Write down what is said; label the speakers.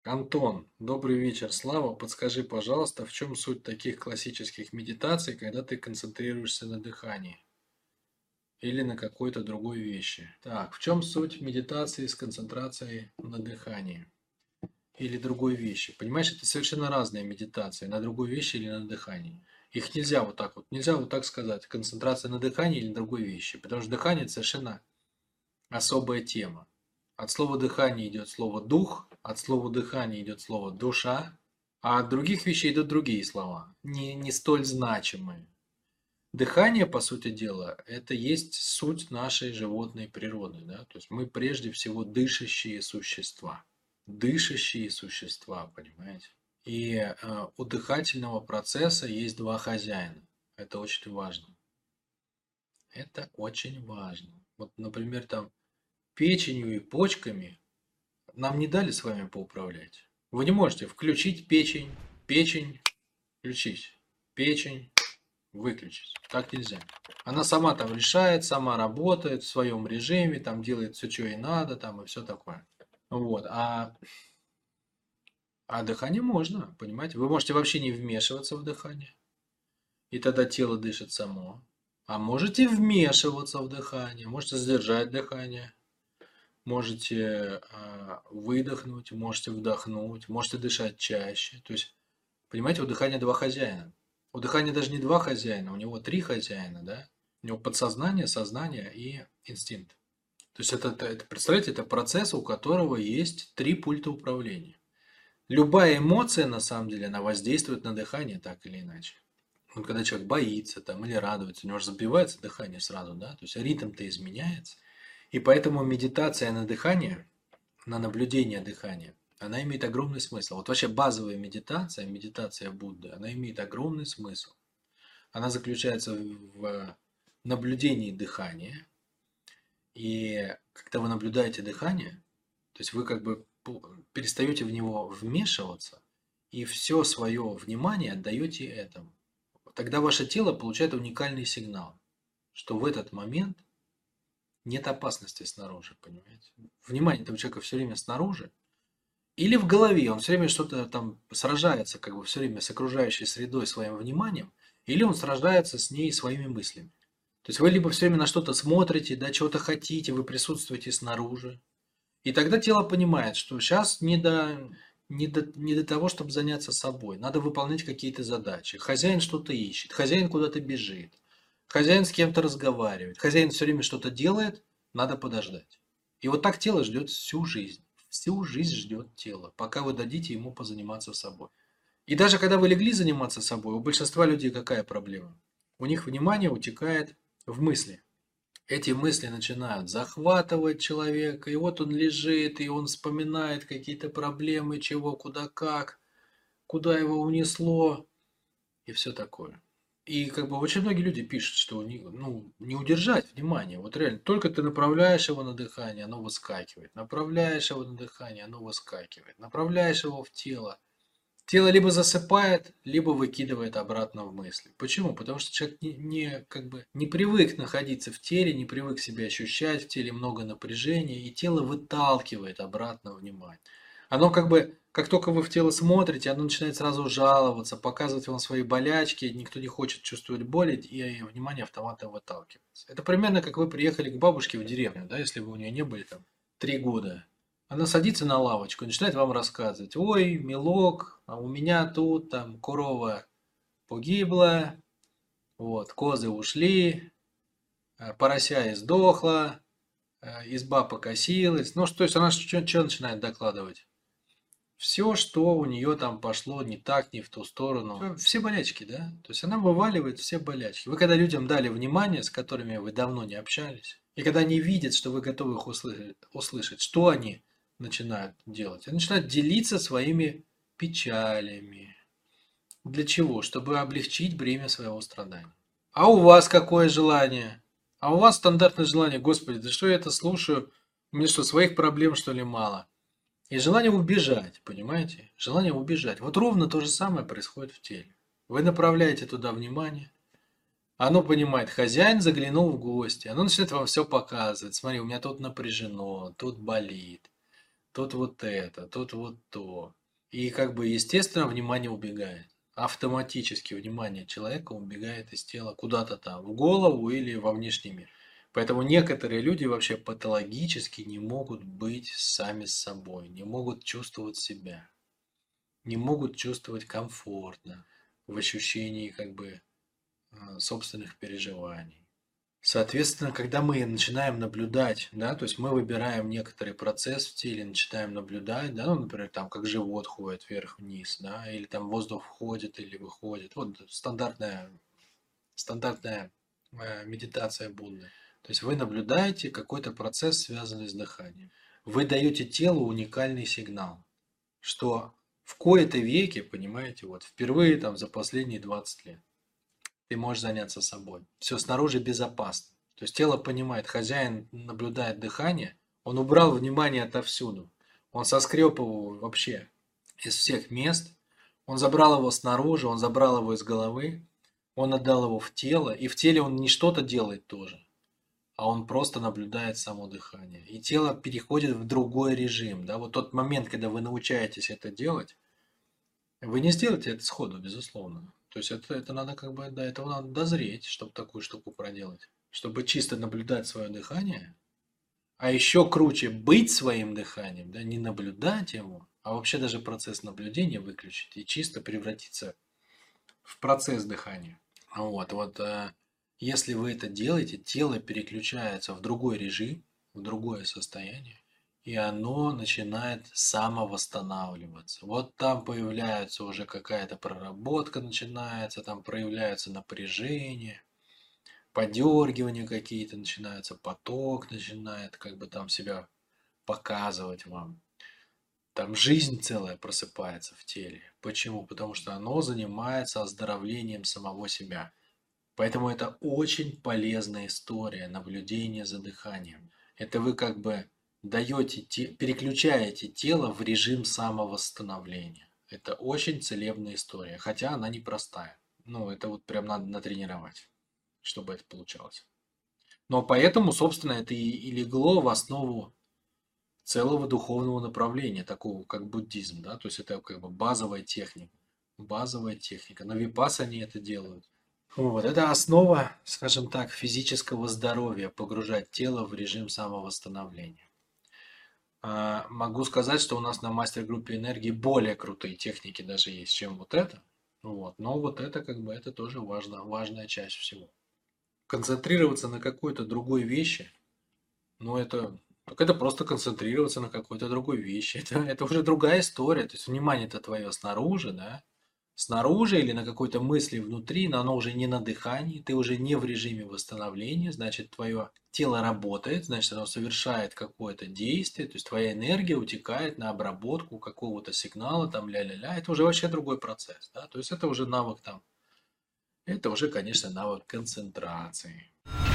Speaker 1: Антон, добрый вечер, Слава. Подскажи, пожалуйста, в чем суть таких классических медитаций, когда ты концентрируешься на дыхании или на какой-то другой вещи? Так, в чем суть медитации с концентрацией на дыхании или другой вещи? Понимаешь, это совершенно разные медитации, на другой вещи или на дыхании. Их нельзя вот так сказать, концентрация на дыхании или на другой вещи, потому что дыхание это совершенно особая тема. От слова дыхание идет слово дух, от слова дыхание идет слово душа, а от других вещей идут другие слова, не столь значимые. Дыхание, по сути дела, это есть суть нашей животной природы. Да? То есть мы прежде всего дышащие существа. Дышащие существа, понимаете? И у дыхательного процесса есть два хозяина. Это очень важно. Это очень важно. Вот, например, там печенью и почками нам не дали с вами поуправлять. Вы не можете включить печень, печень, включить, печень, выключить. Так нельзя. Она сама там решает, сама работает в своем режиме, там делает все, что ей надо, там и все такое. Вот. А дыхание можно, понимаете? Вы можете вообще не вмешиваться в дыхание, и тогда тело дышит само. А можете вмешиваться в дыхание, можете задержать дыхание, можете выдохнуть, можете вдохнуть, можете дышать чаще. То есть, понимаете, у дыхания два хозяина. У дыхания даже не два хозяина, у него три хозяина, да? У него подсознание, сознание и инстинкт. То есть, представляете, это процесс, у которого есть три пульта управления. Любая эмоция, на самом деле, она воздействует на дыхание так или иначе. Вот когда человек боится там, или радуется, у него же забивается дыхание сразу, да? То есть, ритм-то изменяется. И поэтому медитация на дыхание, на наблюдение дыхания, она имеет огромный смысл. Вот вообще базовая медитация, медитация Будды, она имеет огромный смысл. Она заключается в наблюдении дыхания. И когда вы наблюдаете дыхание, то есть вы как бы перестаете в него вмешиваться и все свое внимание отдаете этому. Тогда ваше тело получает уникальный сигнал, что в этот момент нет опасности снаружи, понимаете? Внимание этого человека все время снаружи, или в голове, он все время что-то там сражается, как бы все время с окружающей средой своим вниманием, или он сражается с ней своими мыслями. То есть вы либо все время на что-то смотрите, да, чего-то хотите, вы присутствуете снаружи, и тогда тело понимает, что сейчас не до того, чтобы заняться собой, надо выполнять какие-то задачи. Хозяин что-то ищет, хозяин куда-то бежит, хозяин с кем-то разговаривает, хозяин все время что-то делает, надо подождать. И вот так тело ждет всю жизнь. Всю жизнь ждет тело, пока вы дадите ему позаниматься собой. И даже когда вы легли заниматься собой, у большинства людей какая проблема? У них внимание утекает в мысли. Эти мысли начинают захватывать человека, и вот он лежит, и он вспоминает какие-то проблемы, чего, куда, как, куда его унесло, и все такое. И как бы очень многие люди пишут, что не удержать внимание. Вот реально, только ты направляешь его на дыхание, оно выскакивает. Направляешь его на дыхание, оно выскакивает. Направляешь его в тело. Тело либо засыпает, либо выкидывает обратно в мысли. Почему? Потому что человек как бы не привык находиться в теле, не привык себя ощущать, в теле много напряжения, и тело выталкивает обратно внимание. Оно как бы, как только вы в тело смотрите, оно начинает сразу жаловаться, показывать вам свои болячки, никто не хочет чувствовать боль, и внимание автоматом выталкивается. Это примерно как вы приехали к бабушке в деревню, да, если вы у нее не были там 3 года. Она садится на лавочку и начинает вам рассказывать. Ой, милок, а у меня тут там корова погибла, вот, козы ушли, порося издохла, изба покосилась. Ну, то есть она что начинает докладывать? Все, что у нее там пошло не так, не в ту сторону. Все болячки, да? То есть она вываливает все болячки. Вы когда людям дали внимание, с которыми вы давно не общались, и когда они видят, что вы готовы их услышать, что они начинают делать? Они начинают делиться своими печалями. Для чего? Чтобы облегчить бремя своего страдания. А у вас какое желание? А у вас стандартное желание, Господи, да что я это слушаю? Мне что, своих проблем что ли мало? И желание убежать, понимаете? Желание убежать. Вот ровно то же самое происходит в теле. Вы направляете туда внимание, оно понимает, хозяин заглянул в гости, оно начинает вам все показывать. Смотри, у меня тут напряжено, тут болит, тут вот это, тут вот то. И как бы, естественно, внимание убегает. Автоматически внимание человека убегает из тела куда-то там, в голову или во внешний мир. Поэтому некоторые люди вообще патологически не могут быть сами с собой, не могут чувствовать себя, не могут чувствовать комфортно в ощущении как бы собственных переживаний. Соответственно, когда мы начинаем наблюдать, да, то есть мы выбираем некоторый процесс в теле, начинаем наблюдать, да, ну, например, там, как живот ходит вверх-вниз, да, или там воздух входит или выходит. Вот стандартная медитация Будды. То есть вы наблюдаете какой-то процесс, связанный с дыханием. Вы даете телу уникальный сигнал, что в кои-то веки, понимаете, вот впервые там за последние 20 лет ты можешь заняться собой. Все снаружи безопасно. То есть тело понимает, хозяин наблюдает дыхание, он убрал внимание отовсюду. Он соскреб его вообще из всех мест, он забрал его снаружи, он забрал его из головы, он отдал его в тело, и в теле он не что-то делает тоже, а он просто наблюдает само дыхание. И тело переходит в другой режим. Да? Вот тот момент, когда вы научаетесь это делать, вы не сделаете это сходу, безусловно. То есть это надо как бы, до этого надо дозреть, чтобы такую штуку проделать. Чтобы чисто наблюдать свое дыхание, а еще круче быть своим дыханием, да, не наблюдать его, а вообще даже процесс наблюдения выключить и чисто превратиться в процесс дыхания. Если вы это делаете, тело переключается в другой режим, в другое состояние, и оно начинает самовосстанавливаться. Вот там появляется уже какая-то проработка начинается, там проявляется напряжение, подергивания какие-то начинаются, поток начинает как бы там себя показывать вам. Там жизнь целая просыпается в теле. Почему? Потому что оно занимается оздоровлением самого себя. Поэтому это очень полезная история наблюдения за дыханием. Это вы как бы переключаете тело в режим самовосстановления. Это очень целебная история, хотя она непростая. Ну, это вот прям надо натренировать, чтобы это получалось. Но поэтому, собственно, это и легло в основу целого духовного направления, такого как буддизм, да, то есть это как бы базовая техника. Базовая техника. На випассане это делают. Вот, это основа, скажем так, физического здоровья, погружать тело в режим самовосстановления. Могу сказать, что у нас на мастер-группе энергии более крутые техники даже есть, чем вот это. Вот. Но вот это как бы это тоже важная часть всего. Концентрироваться на какой-то другой вещи, ну это просто концентрироваться на какой-то другой вещи. Это уже другая история. То есть внимание-то твое снаружи, да, снаружи или на какой-то мысли внутри, но оно уже не на дыхании, ты уже не в режиме восстановления, значит, твое тело работает, значит, оно совершает какое-то действие, то есть твоя энергия утекает на обработку какого-то сигнала, там, ля-ля-ля, это уже вообще другой процесс, да, то есть это уже навык там, это уже, конечно, навык концентрации.